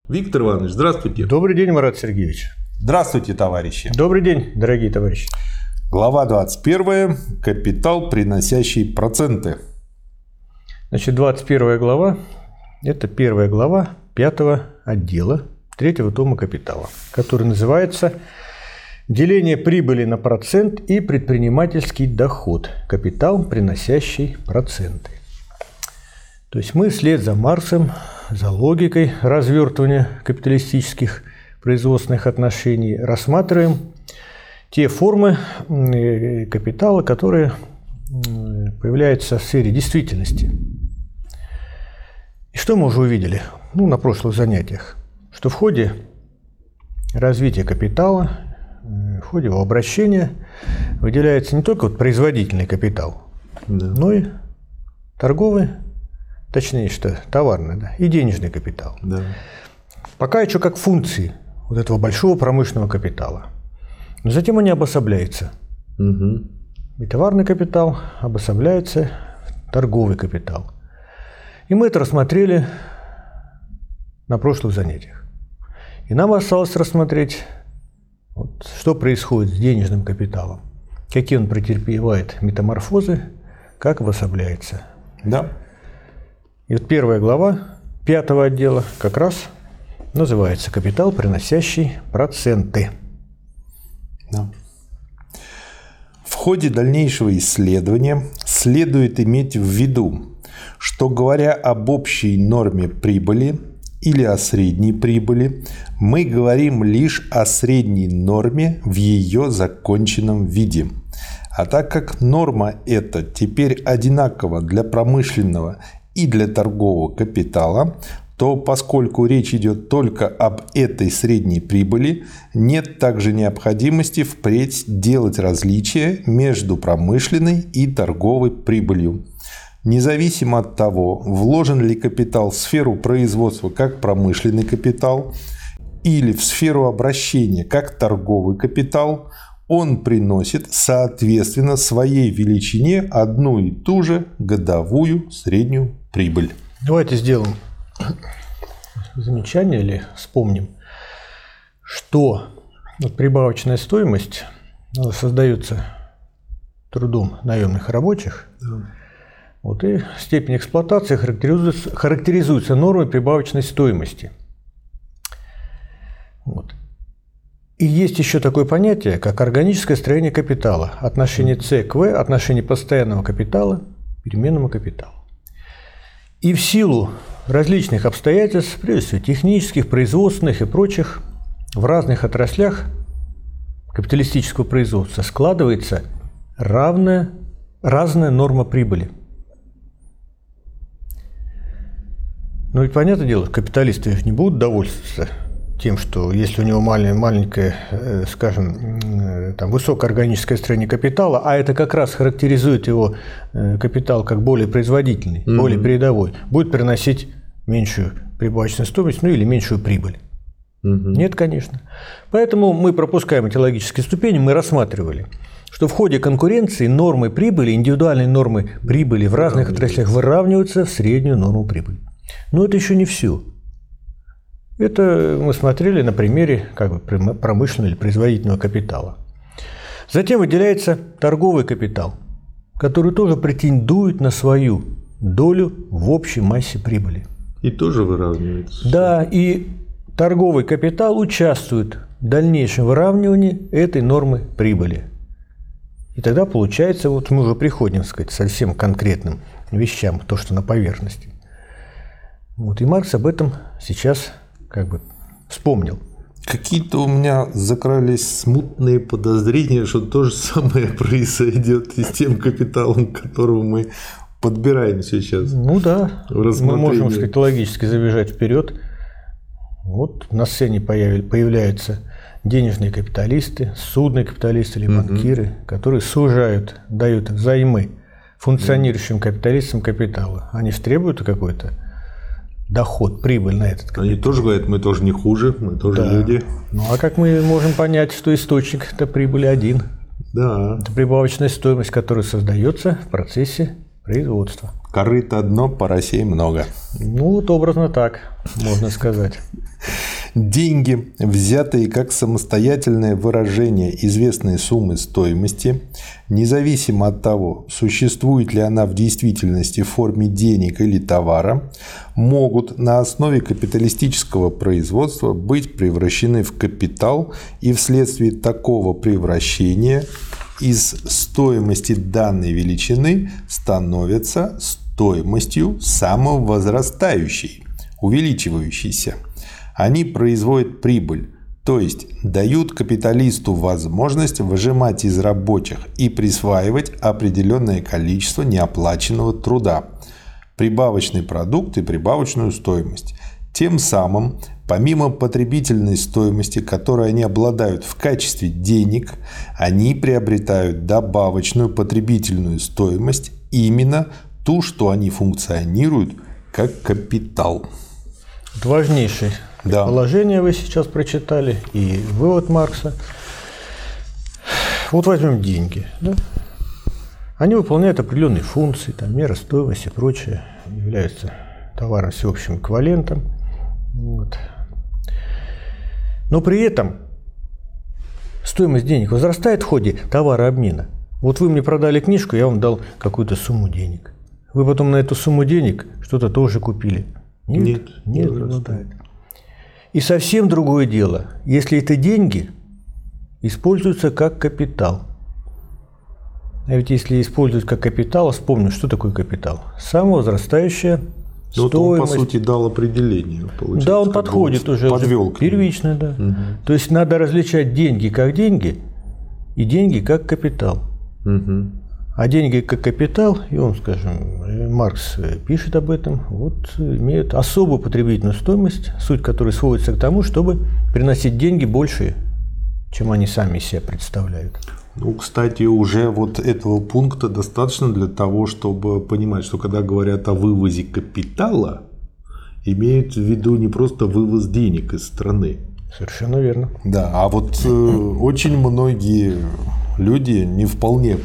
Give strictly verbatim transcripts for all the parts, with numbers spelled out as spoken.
Виктор Иванович, здравствуйте. Добрый день, Марат Сергеевич. Здравствуйте, товарищи. Добрый день, дорогие товарищи. Глава двадцать первая. Капитал, приносящий проценты. Значит, двадцать первая глава – это первая глава пятого отдела третьего тома «Капитала», который называется «Деление прибыли на процент и предпринимательский доход. Капитал, приносящий проценты». То есть мы вслед за Марксом, за логикой развертывания капиталистических производственных отношений рассматриваем те формы капитала, которые появляются в сфере действительности. И что мы уже увидели ну, на прошлых занятиях? Что в ходе развития капитала, в ходе его обращения выделяется не только вот производительный капитал, да. но и торговый, точнее, что товарный, да, и денежный капитал. Да. Пока еще как функции вот этого большого промышленного капитала. Но затем они обособляются. Угу. И товарный капитал обособляется в торговый капитал. И мы это рассмотрели на прошлых занятиях. И нам осталось рассмотреть, вот, что происходит с денежным капиталом, какие он претерпевает метаморфозы, как обособляется. Да. И вот первая глава пятого отдела как раз называется «Капитал, приносящий проценты». Да. В ходе дальнейшего исследования следует иметь в виду, что, говоря об общей норме прибыли или о средней прибыли, мы говорим лишь о средней норме в ее законченном виде. А так как норма эта теперь одинакова для промышленного и для торгового капитала, то поскольку речь идет только об этой средней прибыли, нет также необходимости впредь делать различия между промышленной и торговой прибылью. Независимо от того, вложен ли капитал в сферу производства как промышленный капитал или в сферу обращения как торговый капитал, он приносит, соответственно, своей величине одну и ту же годовую среднюю прибыль. Давайте сделаем замечание или вспомним, что вот прибавочная стоимость создается трудом наемных рабочих, да. вот, и степень эксплуатации характеризуется, характеризуется нормой прибавочной стоимости. Вот. И есть еще такое понятие, как органическое строение капитала, отношение С к В, отношение постоянного капитала к переменному капиталу. И в силу различных обстоятельств, прежде всего технических, производственных и прочих, в разных отраслях капиталистического производства складывается равная, разная норма прибыли. Но ведь, понятное дело, капиталисты не будут довольствоваться тем, что если у него маленькое, скажем, там, высокоорганическое строение капитала, а это как раз характеризует его капитал как более производительный, mm-hmm. более передовой, будет приносить меньшую прибавочную стоимость, ну или меньшую прибыль. Mm-hmm. Нет, конечно. Поэтому мы пропускаем эти логические ступени, мы рассматривали, что в ходе конкуренции нормы прибыли, индивидуальные нормы прибыли в разных отраслях выравниваются в среднюю норму прибыли. Но это еще не все. Это мы смотрели на примере как бы, промышленного или производительного капитала. Затем выделяется торговый капитал, который тоже претендует на свою долю в общей массе прибыли. И тоже выравнивается. Да, и торговый капитал участвует в дальнейшем выравнивании этой нормы прибыли. И тогда получается, вот мы уже приходим, так сказать, совсем конкретным вещам, то, что на поверхности. Вот, и Маркс об этом сейчас как бы вспомнил. Какие-то у меня закрались смутные подозрения, что то же самое произойдет и с тем капиталом, к которому мы подбираем сейчас. Ну да, мы можем, сказать, логически забежать вперед. Вот на сцене появляются денежные капиталисты, судные капиталисты или банкиры, угу. которые сужают, дают взаймы функционирующим капиталистам капитала. Они же требуют какой-то доход, прибыль на этот капитал. Они тоже говорят, мы тоже не хуже, мы тоже да. люди. Ну а как мы можем понять, что источник это прибыли один? Да. Это прибавочная стоимость, которая создается в процессе производства. Корыто одно, поросей много. Ну, вот образно так, можно сказать. Деньги, взятые как самостоятельное выражение известной суммы стоимости, независимо от того, существует ли она в действительности в форме денег или товара, могут на основе капиталистического производства быть превращены в капитал, и вследствие такого превращения из стоимости данной величины становятся стоимостью самовозрастающей, увеличивающейся. Они производят прибыль, то есть дают капиталисту возможность выжимать из рабочих и присваивать определенное количество неоплаченного труда, прибавочный продукт и прибавочную стоимость. Тем самым, помимо потребительной стоимости, которой они обладают в качестве денег, они приобретают добавочную потребительную стоимость, именно ту, что они функционируют как капитал. Это важнейшее Да. положение вы сейчас прочитали, и вывод Маркса. Вот возьмем деньги. Да? Они выполняют определенные функции, там, мера стоимости и прочее, являются товаром всеобщим эквивалентом. Вот. Но при этом стоимость денег возрастает в ходе товарообмена. Вот вы мне продали книжку, я вам дал какую-то сумму денег. Вы потом на эту сумму денег что-то тоже купили. Нет, Нет, не нет, возрастает. И совсем другое дело, если это деньги используются как капитал. А ведь если использовать как капитал, вспомним, что такое капитал. Самовозрастающая Вот стоимость. он, по сути, дал определение. Получается, Да, он как бы подходит он уже, подвел уже к нему. первично, да. Угу. То есть надо различать деньги как деньги и деньги как капитал. Угу. А деньги как капитал, и он, скажем, Маркс пишет об этом, вот имеют особую потребительную стоимость, суть которой сводится к тому, чтобы приносить деньги больше, чем они сами из себя представляют. Ну, кстати, уже вот этого пункта достаточно для того, чтобы понимать, что когда говорят о вывозе капитала, имеют в виду не просто вывоз денег из страны. Совершенно верно. Да, а вот э, очень многие люди, не вполне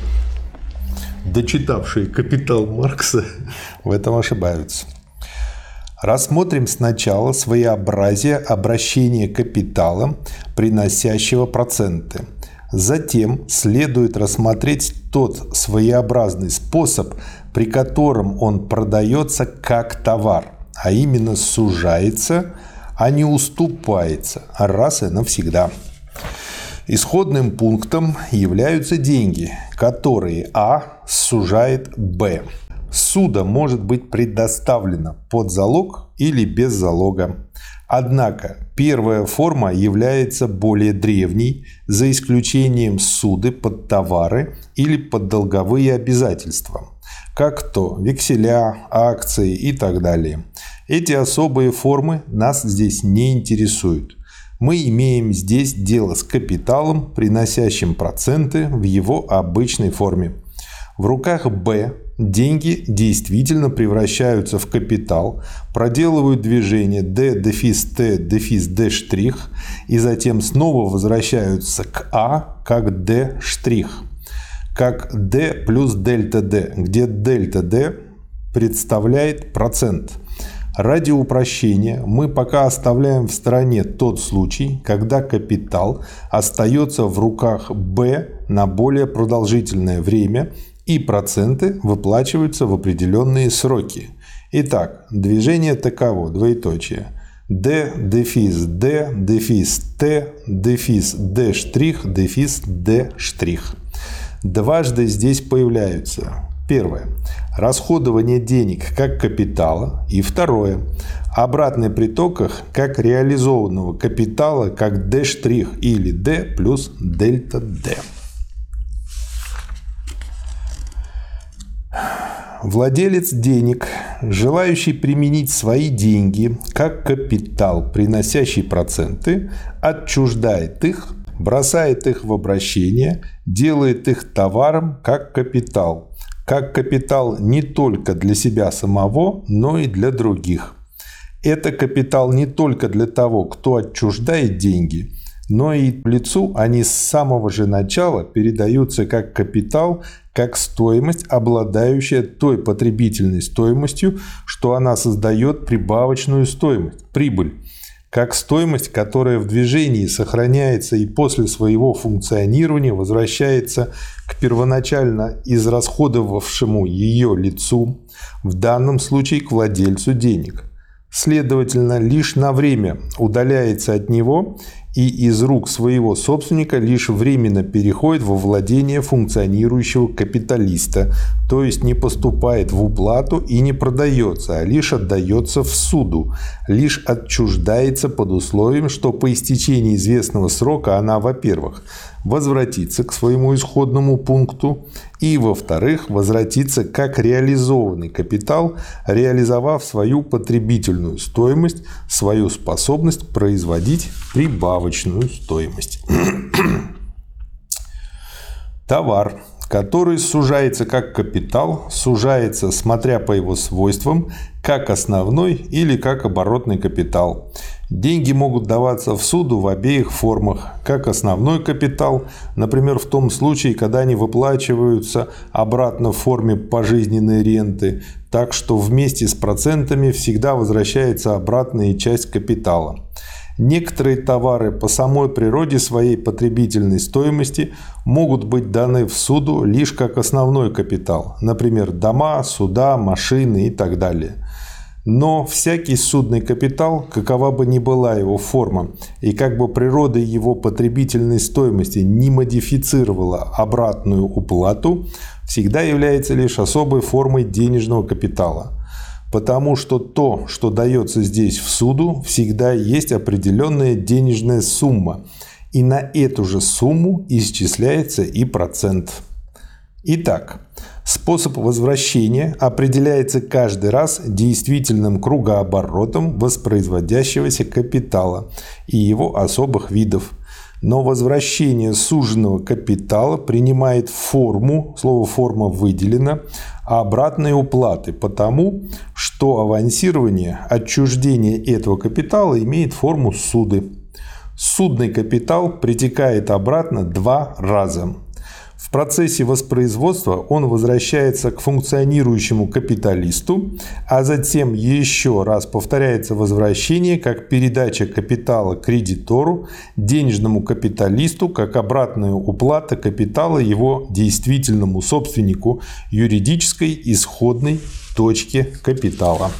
дочитавшие «Капитал» Маркса, в этом ошибаются. Рассмотрим сначала своеобразие обращения капитала, приносящего проценты. Затем следует рассмотреть тот своеобразный способ, при котором он продается как товар, а именно сужается, а не уступается раз и навсегда. Исходным пунктом являются деньги, которые А сужает Б. Ссуда может быть предоставлена под залог или без залога. Однако первая форма является более древней, за исключением ссуды под товары или под долговые обязательства, как то векселя, акции и так далее. Эти особые формы нас здесь не интересуют. Мы имеем здесь дело с капиталом, приносящим проценты в его обычной форме. В руках Б деньги действительно превращаются в капитал, проделывают движение D дефис T дефис D штрих и затем снова возвращаются к А как D штрих, как D плюс дельта D, где дельта D представляет процент. Ради упрощения мы пока оставляем в стороне тот случай, когда капитал остается в руках Б на более продолжительное время и проценты выплачиваются в определенные сроки. Итак, движение таково, двоеточие. D дефис D дефис T дефис D штрих дефис D штрих. Дважды здесь появляются. Первое. Расходование денег как капитала. И второе. Обратный приток их как реализованного капитала как D' или D плюс дельта D. Владелец денег, желающий применить свои деньги как капитал, приносящий проценты, отчуждает их, бросает их в обращение, делает их товаром как капитал. Как капитал не только для себя самого, но и для других. Это капитал не только для того, кто отчуждает деньги, но и лицу они с самого же начала передаются как капитал, как стоимость, обладающая той потребительной стоимостью, что она создает прибавочную стоимость, прибыль, как стоимость, которая в движении сохраняется и после своего функционирования возвращается к первоначально израсходовавшему ее лицу, в данном случае к владельцу денег. Следовательно, лишь на время удаляется от него и из рук своего собственника лишь временно переходит во владение функционирующего капиталиста, то есть не поступает в уплату и не продается, а лишь отдается в суду, лишь отчуждается под условием, что по истечении известного срока она, во-первых, возвратится к своему исходному пункту и, во-вторых, возвратится как реализованный капитал, реализовав свою потребительную стоимость, свою способность производить прибавочную стоимость. Товар, который сужается как капитал, сужается, смотря по его свойствам, как основной или как оборотный капитал. Деньги могут даваться в суду в обеих формах, как основной капитал, например, в том случае, когда они выплачиваются обратно в форме пожизненной ренты, так что вместе с процентами всегда возвращается обратная часть капитала. Некоторые товары по самой природе своей потребительной стоимости могут быть даны в суду лишь как основной капитал, например, дома, суда, машины и так далее. Но всякий судный капитал, какова бы ни была его форма, и как бы природа его потребительной стоимости не модифицировала обратную уплату, всегда является лишь особой формой денежного капитала. Потому что то, что дается здесь в суду, всегда есть определенная денежная сумма, и на эту же сумму исчисляется и процент. Итак, способ возвращения определяется каждый раз действительным кругооборотом воспроизводящегося капитала и его особых видов. Но возвращение суженного капитала принимает форму, слово «форма» выделено, обратной уплаты, потому что авансирование, отчуждение этого капитала имеет форму суды. Судный капитал притекает обратно два раза. В процессе воспроизводства он возвращается к функционирующему капиталисту, а затем еще раз повторяется возвращение как передача капитала кредитору, денежному капиталисту, как обратная уплата капитала его действительному собственнику юридической исходной точки капитала.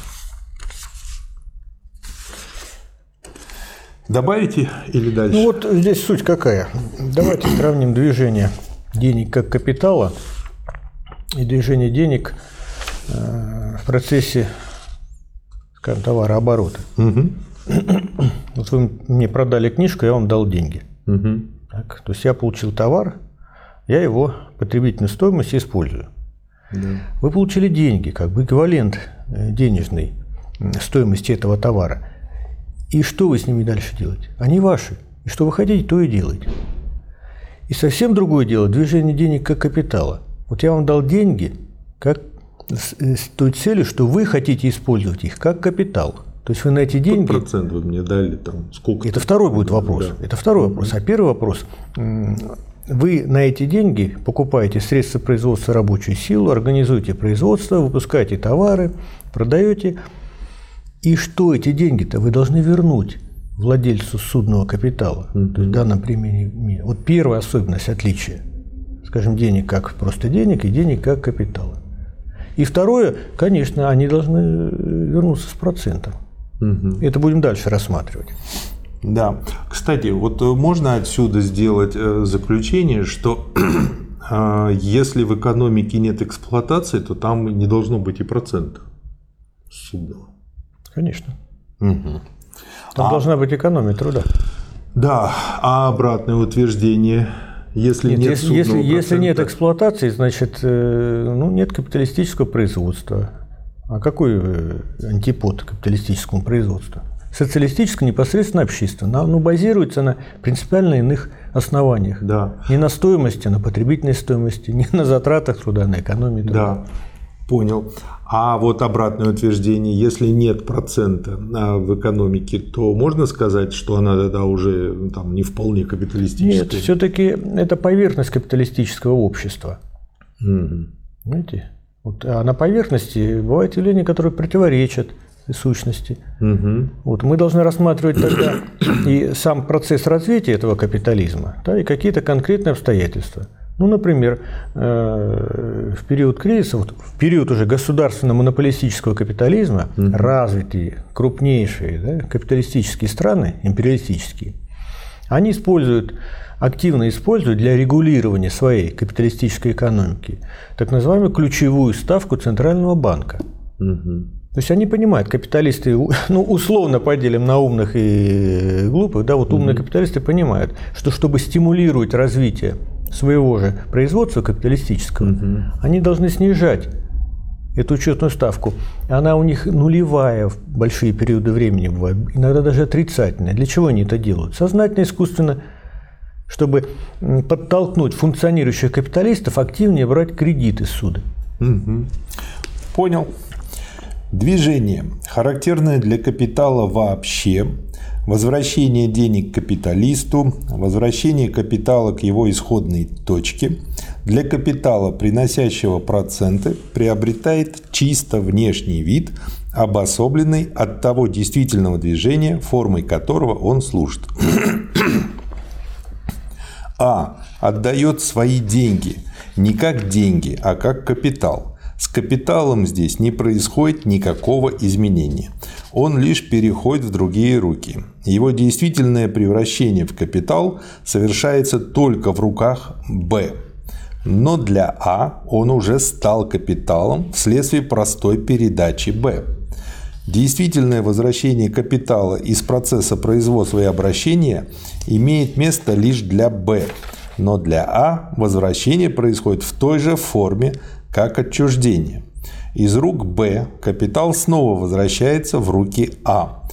Добавите или дальше? Ну вот здесь суть какая. Давайте сравним движение денег как капитала и движение денег э, в процессе, скажем, товарооборота. Угу. Вот вы мне продали книжку, я вам дал деньги. Угу. Так, то есть я получил товар, я его потребительную стоимость использую. Да. Вы получили деньги, как бы эквивалент денежной стоимости этого товара. И что вы с ними дальше делаете? Они ваши. И что вы хотите, то и делаете. И совсем другое дело – движение денег как капитала. Вот я вам дал деньги как, с, с той целью, что вы хотите использовать их как капитал. То есть вы на эти деньги… Сколько процент вы мне дали? Там, сколько это второй будет вопрос. Да. Это второй вопрос. А первый вопрос – вы на эти деньги покупаете средства производства, рабочую силу, организуете производство, выпускаете товары, продаете. И что эти деньги-то вы должны вернуть владельцу судного капитала. Mm-hmm. То есть в данном примере. Вот первая особенность отличия. Скажем, денег как просто денег и денег как капитала. И второе, конечно, они должны вернуться с процентом. Mm-hmm. Это будем дальше рассматривать. Да. Кстати, вот можно отсюда сделать заключение, что если в экономике нет эксплуатации, то там не должно быть и процента суда. Конечно. Угу. Там а, должна быть экономия труда. Да, а обратное утверждение, если нет, нет если, если, если нет эксплуатации, значит, ну, нет капиталистического производства. А какой антипод капиталистическому производству? Социалистическое непосредственно общество. Оно базируется на принципиально иных основаниях. Да. Не на стоимости, а на потребительной стоимости, не на затратах труда, а на экономии труда. Да. Понял. А вот обратное утверждение, если нет процента в экономике, то можно сказать, что она тогда уже там, не вполне капиталистическая? Нет, все-таки это поверхность капиталистического общества. Угу. Знаете? Вот, а на поверхности бывают явления, которые противоречат сущности. Угу. Вот, мы должны рассматривать тогда и сам процесс развития этого капитализма, да, и какие-то конкретные обстоятельства. Ну, например, в период кризиса, вот в период уже государственно-монополистического капитализма, угу. развитые, крупнейшие, да, капиталистические страны, империалистические, они используют, активно используют для регулирования своей капиталистической экономики так называемую ключевую ставку Центрального банка. Угу. То есть они понимают, капиталисты, ну, условно поделим на умных и глупых, да, вот умные угу. капиталисты понимают, что чтобы стимулировать развитие своего же производства капиталистического, угу. они должны снижать эту учетную ставку. Она у них нулевая в большие периоды времени бывает, иногда даже отрицательная. Для чего они это делают? Сознательно, искусственно, чтобы подтолкнуть функционирующих капиталистов активнее брать кредиты ссуда. Угу. Понял. Движение, характерное для капитала вообще, возвращение денег капиталисту, возвращение капитала к его исходной точке, для капитала, приносящего проценты, приобретает чисто внешний вид, обособленный от того действительного движения, формой которого он служит. А. Отдает свои деньги не как деньги, а как капитал. С капиталом здесь не происходит никакого изменения. Он лишь переходит в другие руки. Его действительное превращение в капитал совершается только в руках Б. Но для А он уже стал капиталом вследствие простой передачи Б. Действительное возвращение капитала из процесса производства и обращения имеет место лишь для Б. Но для А возвращение происходит в той же форме, как отчуждение. Из рук Б капитал снова возвращается в руки А.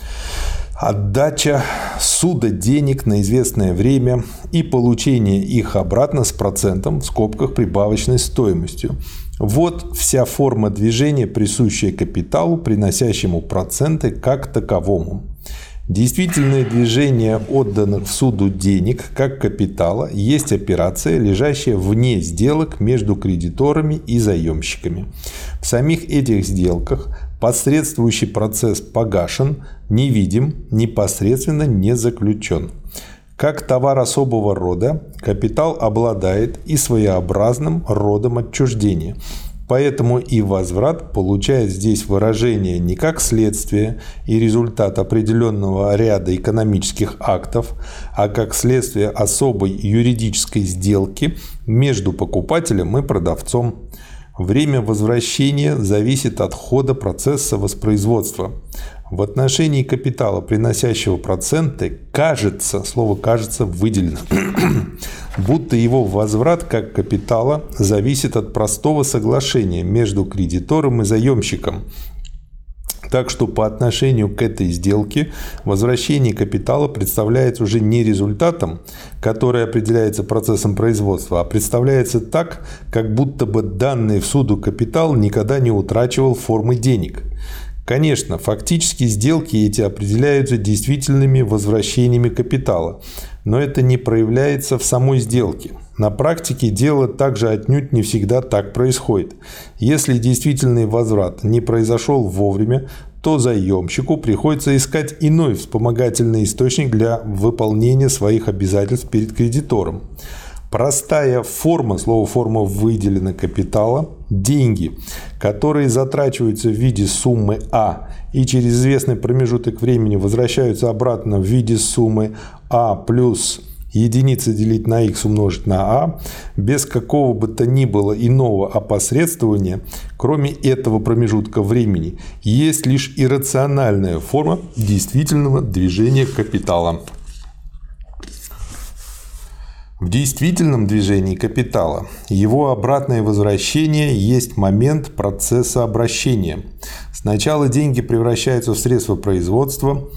Отдача суда денег на известное время и получение их обратно с процентом в скобках прибавочной стоимостью. Вот вся форма движения, присущая капиталу, приносящему проценты как таковому. Действительное движение отданных в суду денег как капитала есть операция, лежащая вне сделок между кредиторами и заемщиками. В самих этих сделках посредствующий процесс погашен, невидим, непосредственно не заключен. Как товар особого рода, капитал обладает и своеобразным родом отчуждения. Поэтому и возврат получает здесь выражение не как следствие и результат определенного ряда экономических актов, а как следствие особой юридической сделки между покупателем и продавцом. Время возвращения зависит от хода процесса воспроизводства. В отношении капитала, приносящего проценты, кажется, слово «кажется» выделено, будто его возврат как капитала зависит от простого соглашения между кредитором и заемщиком. Так что по отношению к этой сделке возвращение капитала представляется уже не результатом, который определяется процессом производства, а представляется так, как будто бы данный в суду капитал никогда не утрачивал формы денег. Конечно, фактически сделки эти определяются действительными возвращениями капитала, но это не проявляется в самой сделке. На практике дело также отнюдь не всегда так происходит. Если действительный возврат не произошел вовремя, то заемщику приходится искать иной вспомогательный источник для выполнения своих обязательств перед кредитором. Простая форма, слово форма выделено капитала, деньги, которые затрачиваются в виде суммы А и через известный промежуток времени возвращаются обратно в виде суммы А плюс единица делить на х умножить на А, без какого бы то ни было иного опосредствования, кроме этого промежутка времени, есть лишь иррациональная форма действительного движения капитала. В действительном движении капитала его обратное возвращение есть момент процесса обращения. Сначала деньги превращаются в средства производства,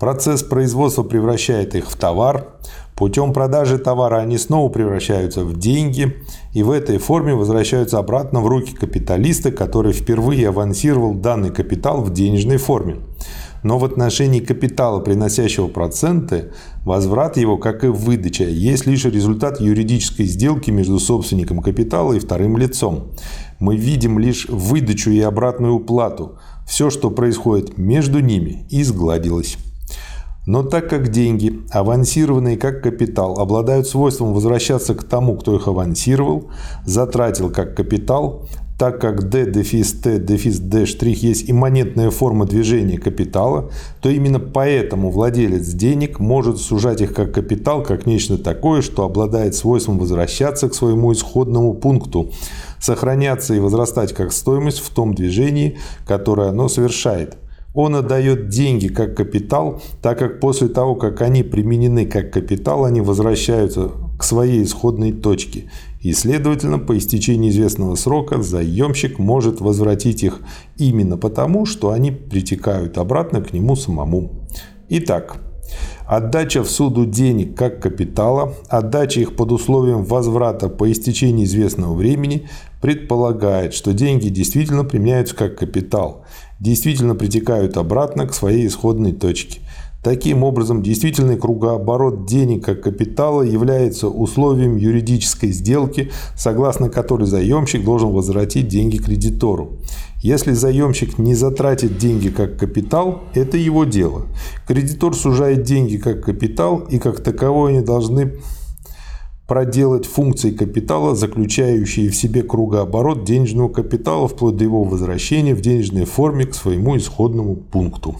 Процесс производства превращает их в товар. Путем продажи товара они снова превращаются в деньги и в этой форме возвращаются обратно в руки капиталиста, который впервые авансировал данный капитал в денежной форме. Но в отношении капитала, приносящего проценты, возврат его, как и выдача, есть лишь результат юридической сделки между собственником капитала и вторым лицом. Мы видим лишь выдачу и обратную уплату. Все, что происходит между ними, изгладилось. Но так как деньги, авансированные как капитал, обладают свойством возвращаться к тому, кто их авансировал, затратил как капитал, так как D дефис T дефис D' есть имманентная форма движения капитала, то именно поэтому владелец денег может сужать их как капитал, как нечто такое, что обладает свойством возвращаться к своему исходному пункту, сохраняться и возрастать как стоимость в том движении, которое оно совершает. Он отдает деньги как капитал, так как после того, как они применены как капитал, они возвращаются к своей исходной точке. И, следовательно, по истечении известного срока заемщик может возвратить их именно потому, что они притекают обратно к нему самому. Итак, отдача в суду денег как капитала, отдача их под условием возврата по истечении известного времени предполагает, что деньги действительно применяются как капитал, действительно притекают обратно к своей исходной точке. Таким образом, действительный кругооборот денег как капитала является условием юридической сделки, согласно которой заемщик должен возвратить деньги кредитору. Если заемщик не затратит деньги как капитал, это его дело. Кредитор сужает деньги как капитал, и как таковое они должны проделать функции капитала, заключающие в себе кругооборот денежного капитала, вплоть до его возвращения в денежной форме к своему исходному пункту.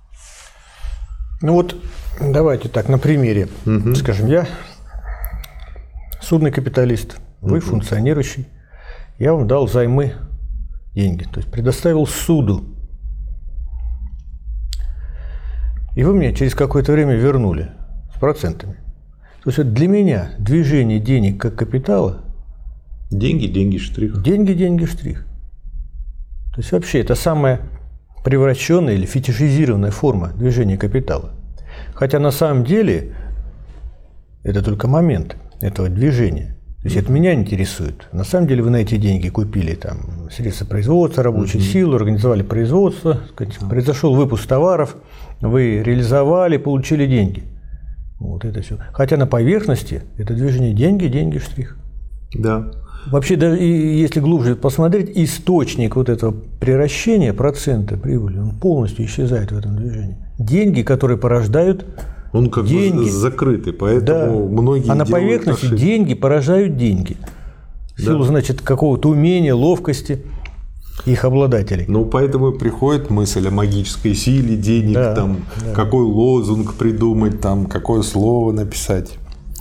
Ну вот, давайте так, на примере. Угу. Скажем, я судный капиталист, вы угу. функционирующий. Я вам дал займы, деньги, то есть предоставил суду. И вы мне через какое-то время вернули с процентами. То есть для меня движение денег как капитала... Деньги, деньги, штрих. Деньги, деньги, штрих. То есть вообще это самая превращенная или фетишизированная форма движения капитала. Хотя на самом деле это только момент этого движения. То есть это меня интересует. На самом деле вы на эти деньги купили там средства производства, рабочую mm-hmm. силу, организовали производство, сказать, произошел выпуск товаров, вы реализовали, получили деньги. Вот это все. Хотя на поверхности это движение деньги, деньги, штрих. Да. Вообще, даже если глубже посмотреть, источник вот этого приращения процента прибыли, он полностью исчезает в этом движении. Деньги, которые порождают он как деньги. бы закрытый, поэтому да. многие А на поверхности ошибки. Деньги порождают деньги. В силу, да. значит, какого-то умения, ловкости их обладателей. Ну, поэтому приходит мысль о магической силе денег, да, там, да. какой лозунг придумать, там, какое слово написать.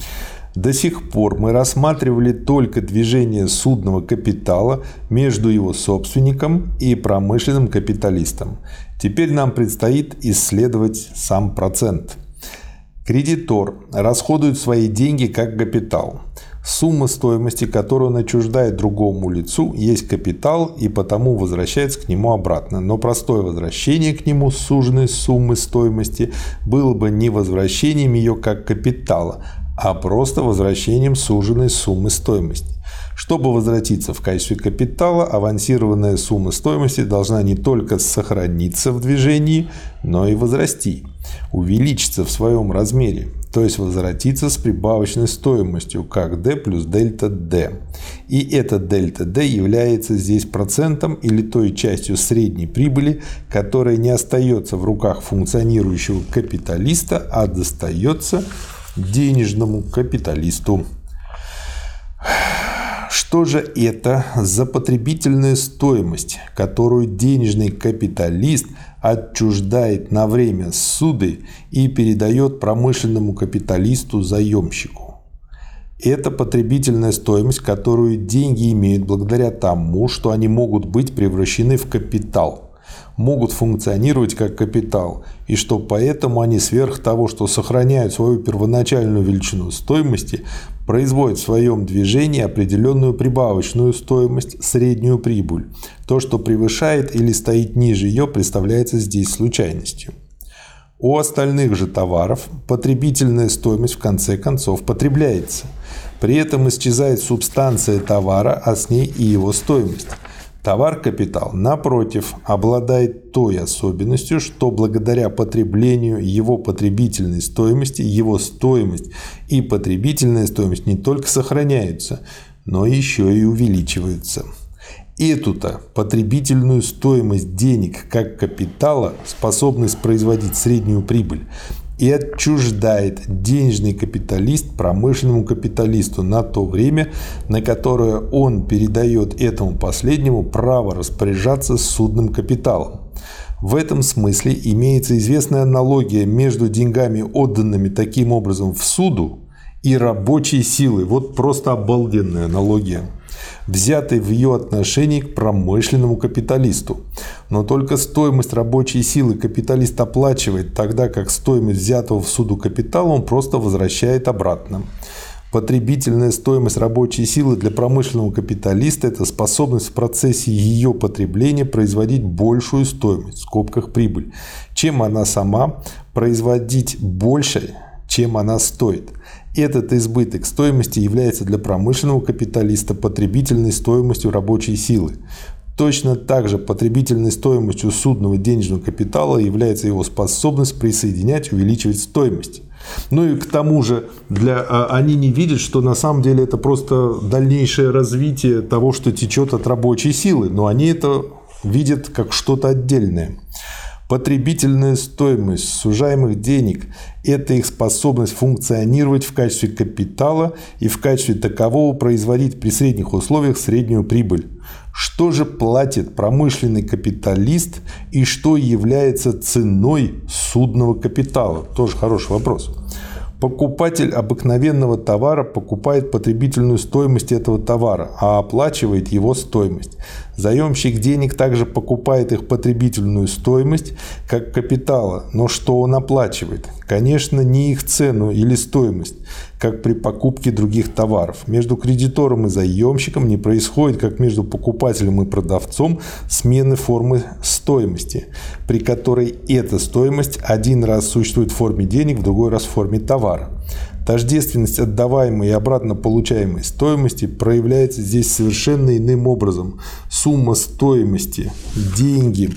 До сих пор мы рассматривали только движение судного капитала между его собственником и промышленным капиталистом. Теперь нам предстоит исследовать сам процент. Кредитор расходует свои деньги как капитал. Сумма стоимости, которую он отчуждает другому лицу, есть капитал и потому возвращается к нему обратно. Но простое возвращение к нему суженной суммы стоимости было бы не возвращением ее как капитала, а просто возвращением суженной суммы стоимости. Чтобы возвратиться в качестве капитала, авансированная сумма стоимости должна не только сохраниться в движении, но и возрасти, увеличиться в своем размере, то есть возвратиться с прибавочной стоимостью, как D плюс дельта D. И эта дельта D является здесь процентом или той частью средней прибыли, которая не остается в руках функционирующего капиталиста, а достается денежному капиталисту. Что же это за потребительная стоимость, которую денежный капиталист отчуждает на время суды и передает промышленному капиталисту-заемщику? Это потребительная стоимость, которую деньги имеют благодаря тому, что они могут быть превращены в капитал, могут функционировать как капитал, и что поэтому они сверх того, что сохраняют свою первоначальную величину стоимости, производят в своем движении определенную прибавочную стоимость, среднюю прибыль. То, что превышает или стоит ниже ее, представляется здесь случайностью. У остальных же товаров потребительная стоимость в конце концов потребляется. При этом исчезает субстанция товара, а с ней и его стоимость. Товар-капитал, напротив, обладает той особенностью, что благодаря потреблению его потребительной стоимости, его стоимость и потребительная стоимость не только сохраняются, но еще и увеличиваются. Эту-то потребительную стоимость денег как капитала, способность производить среднюю прибыль, и отчуждает денежный капиталист промышленному капиталисту на то время, на которое он передает этому последнему право распоряжаться судным капиталом. В этом смысле имеется известная аналогия между деньгами, отданными таким образом в суду, и рабочей силой. Вот просто обалденная аналогия, взятой в ее отношении к промышленному капиталисту. Но только стоимость рабочей силы капиталист оплачивает, тогда как стоимость взятого в суду капитала он просто возвращает обратно. Потребительная стоимость рабочей силы для промышленного капиталиста – это способность в процессе ее потребления производить большую стоимость, в скобках прибыль, чем она сама, производить больше, чем она стоит. Этот избыток стоимости является для промышленного капиталиста потребительной стоимостью рабочей силы. Точно так же потребительной стоимостью судного денежного капитала является его способность присоединять, увеличивать стоимость. Ну и к тому же для, они не видят, что на самом деле это просто дальнейшее развитие того, что течет от рабочей силы, но они это видят как что-то отдельное. Потребительная стоимость сужаемых денег – это их способность функционировать в качестве капитала и в качестве такового производить при средних условиях среднюю прибыль. Что же платит промышленный капиталист и что является ценой судного капитала? Тоже хороший вопрос. Покупатель обыкновенного товара покупает потребительную стоимость этого товара, а оплачивает его стоимость. Заемщик денег также покупает их потребительную стоимость как капитала, но что он оплачивает? Конечно, не их цену или стоимость, как при покупке других товаров. Между кредитором и заемщиком не происходит, как между покупателем и продавцом, смены формы стоимости, при которой эта стоимость один раз существует в форме денег, в другой раз в форме товара. Тождественность отдаваемой и обратно получаемой стоимости проявляется здесь совершенно иным образом. Сумма стоимости, деньги,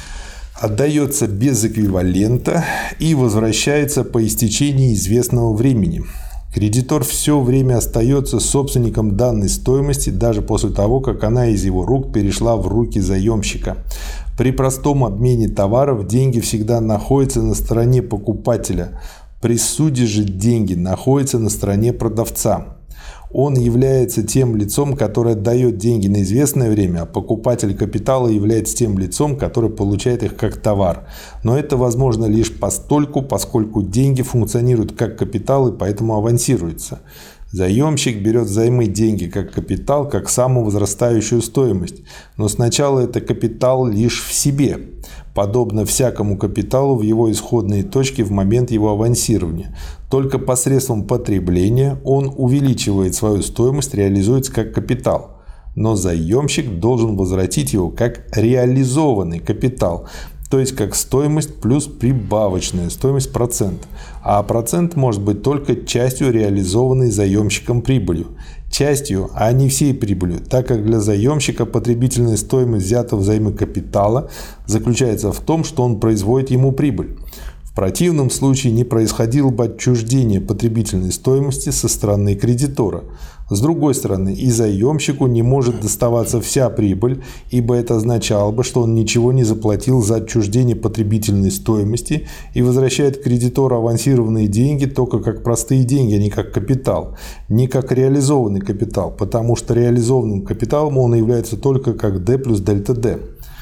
отдается без эквивалента и возвращается по истечении известного времени. Кредитор все время остается собственником данной стоимости, даже после того, как она из его рук перешла в руки заемщика. При простом обмене товаров деньги всегда находятся на стороне покупателя. При суде же деньги находятся на стороне продавца. Он является тем лицом, которое дает деньги на известное время, а покупатель капитала является тем лицом, которое получает их как товар. Но это возможно лишь постольку, поскольку деньги функционируют как капитал и поэтому авансируются. Заемщик берет взаймы деньги как капитал, как самовозрастающую стоимость, но сначала это капитал лишь в себе, подобно всякому капиталу в его исходные точки в момент его авансирования. Только посредством потребления он увеличивает свою стоимость, реализуется как капитал. Но заемщик должен возвратить его как реализованный капитал, то есть как стоимость плюс прибавочная стоимость процент. А процент может быть только частью реализованной заемщиком прибылью. Частью, а не всей прибылью, так как для заемщика потребительная стоимость взятого взаймы капитала заключается в том, что он производит ему прибыль. В противном случае не происходило бы отчуждение потребительной стоимости со стороны кредитора. С другой стороны, и заемщику не может доставаться вся прибыль, ибо это означало бы, что он ничего не заплатил за отчуждение потребительной стоимости и возвращает кредитору авансированные деньги только как простые деньги, а не как капитал, не как реализованный капитал, потому что реализованным капиталом он является только как D плюс дельта D.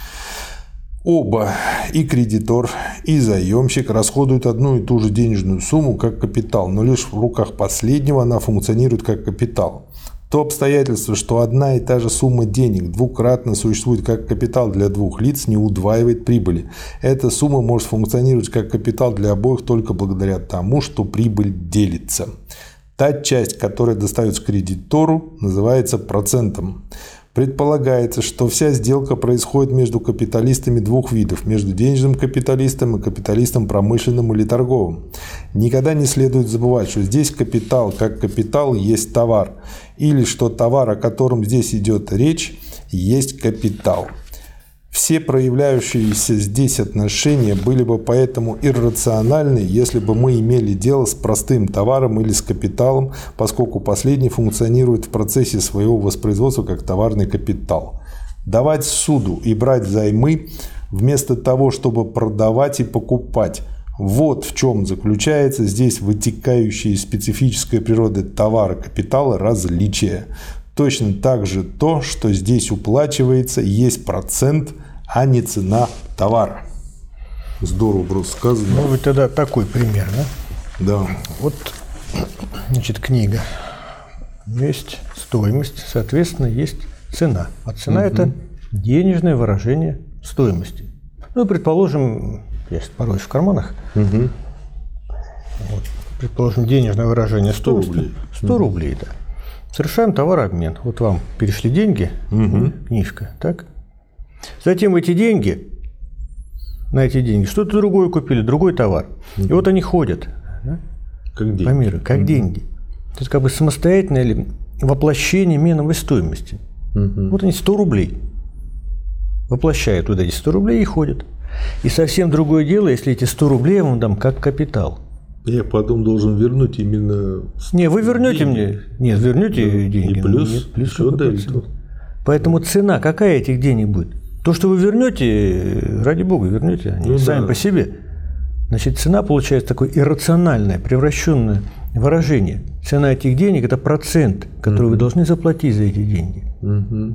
Оба, и кредитор, и заемщик, расходуют одну и ту же денежную сумму как капитал, но лишь в руках последнего она функционирует как капитал. То обстоятельство, что одна и та же сумма денег двукратно существует как капитал для двух лиц, не удваивает прибыли. Эта сумма может функционировать как капитал для обоих только благодаря тому, что прибыль делится. Та часть, которая достается кредитору, называется процентом. Предполагается, что вся сделка происходит между капиталистами двух видов – между денежным капиталистом и капиталистом промышленным или торговым. Никогда не следует забывать, что здесь капитал как капитал есть товар, или что товар, о котором здесь идет речь, есть капитал. Все проявляющиеся здесь отношения были бы поэтому иррациональны, если бы мы имели дело с простым товаром или с капиталом, поскольку последний функционирует в процессе своего воспроизводства как товарный капитал. Давать суду и брать займы вместо того, чтобы продавать и покупать – вот в чем заключается здесь вытекающее из специфической природы товара капитала различие. Точно так же то, что здесь уплачивается, есть процент, а не цена товара. Здорово просто сказано. Ну, вот тогда такой пример, да? Да. Вот, значит, книга. Есть стоимость, соответственно, есть цена. А цена угу. – это денежное выражение стоимости. Ну, предположим, есть порой в карманах. Угу. Вот, предположим, денежное выражение стоимости. сто рублей. сто рублей, да. Совершаем товарообмен. Вот вам перешли деньги, угу. книжка, так? Затем эти деньги, на эти деньги что-то другое купили, другой товар. Угу. И вот они ходят, да? Как деньги. По миру, как угу. деньги. Это как бы самостоятельное воплощение меновой стоимости. Угу. Вот они сто рублей. Воплощают вот эти сто рублей и ходят. И совсем другое дело, если эти сто рублей я вам дам как капитал. Я потом должен вернуть именно... Не, вы вернете деньги. Мне... Нет, вернете да. деньги. И плюс, Нет, плюс еще дельту. Поэтому цена какая этих денег будет? То, что вы вернете, ради бога, вернете, они ну, сами да. по себе. Значит, цена получается такое иррациональное, превращенное выражение. Цена этих денег – это процент, который угу. вы должны заплатить за эти деньги. Угу.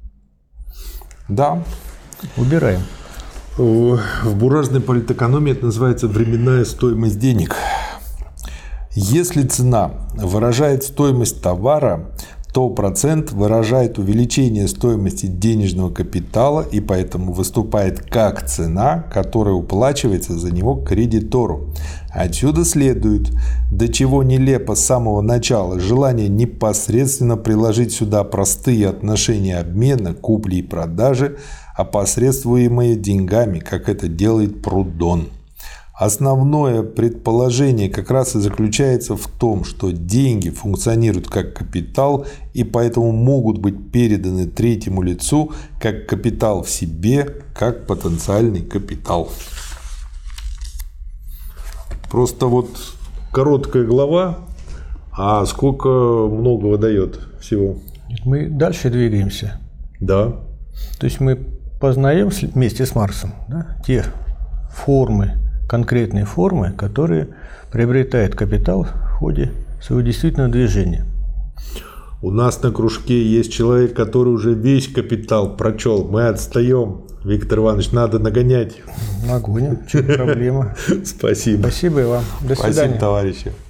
Да. Убираем. В буржуазной политэкономии это называется временная стоимость денег. Если цена выражает стоимость товара, то процент выражает увеличение стоимости денежного капитала и поэтому выступает как цена, которая уплачивается за него кредитору. Отсюда следует, до чего нелепо с самого начала желание непосредственно приложить сюда простые отношения обмена, купли и продажи, опосредствуемые деньгами, как это делает Прудон. Основное предположение как раз и заключается в том, что деньги функционируют как капитал и поэтому могут быть переданы третьему лицу как капитал в себе, как потенциальный капитал. Просто вот короткая глава, а сколько многого дает всего. Мы дальше двигаемся. Да. То есть мы познаем вместе с Марксом, да, те формы, конкретные формы, которые приобретает капитал в ходе своего действительного движения. У нас на кружке есть человек, который уже весь капитал прочел. Мы отстаем. Виктор Иванович, надо нагонять. Нагоним. Что проблема. Спасибо. Спасибо и вам. До свидания. Спасибо, товарищи.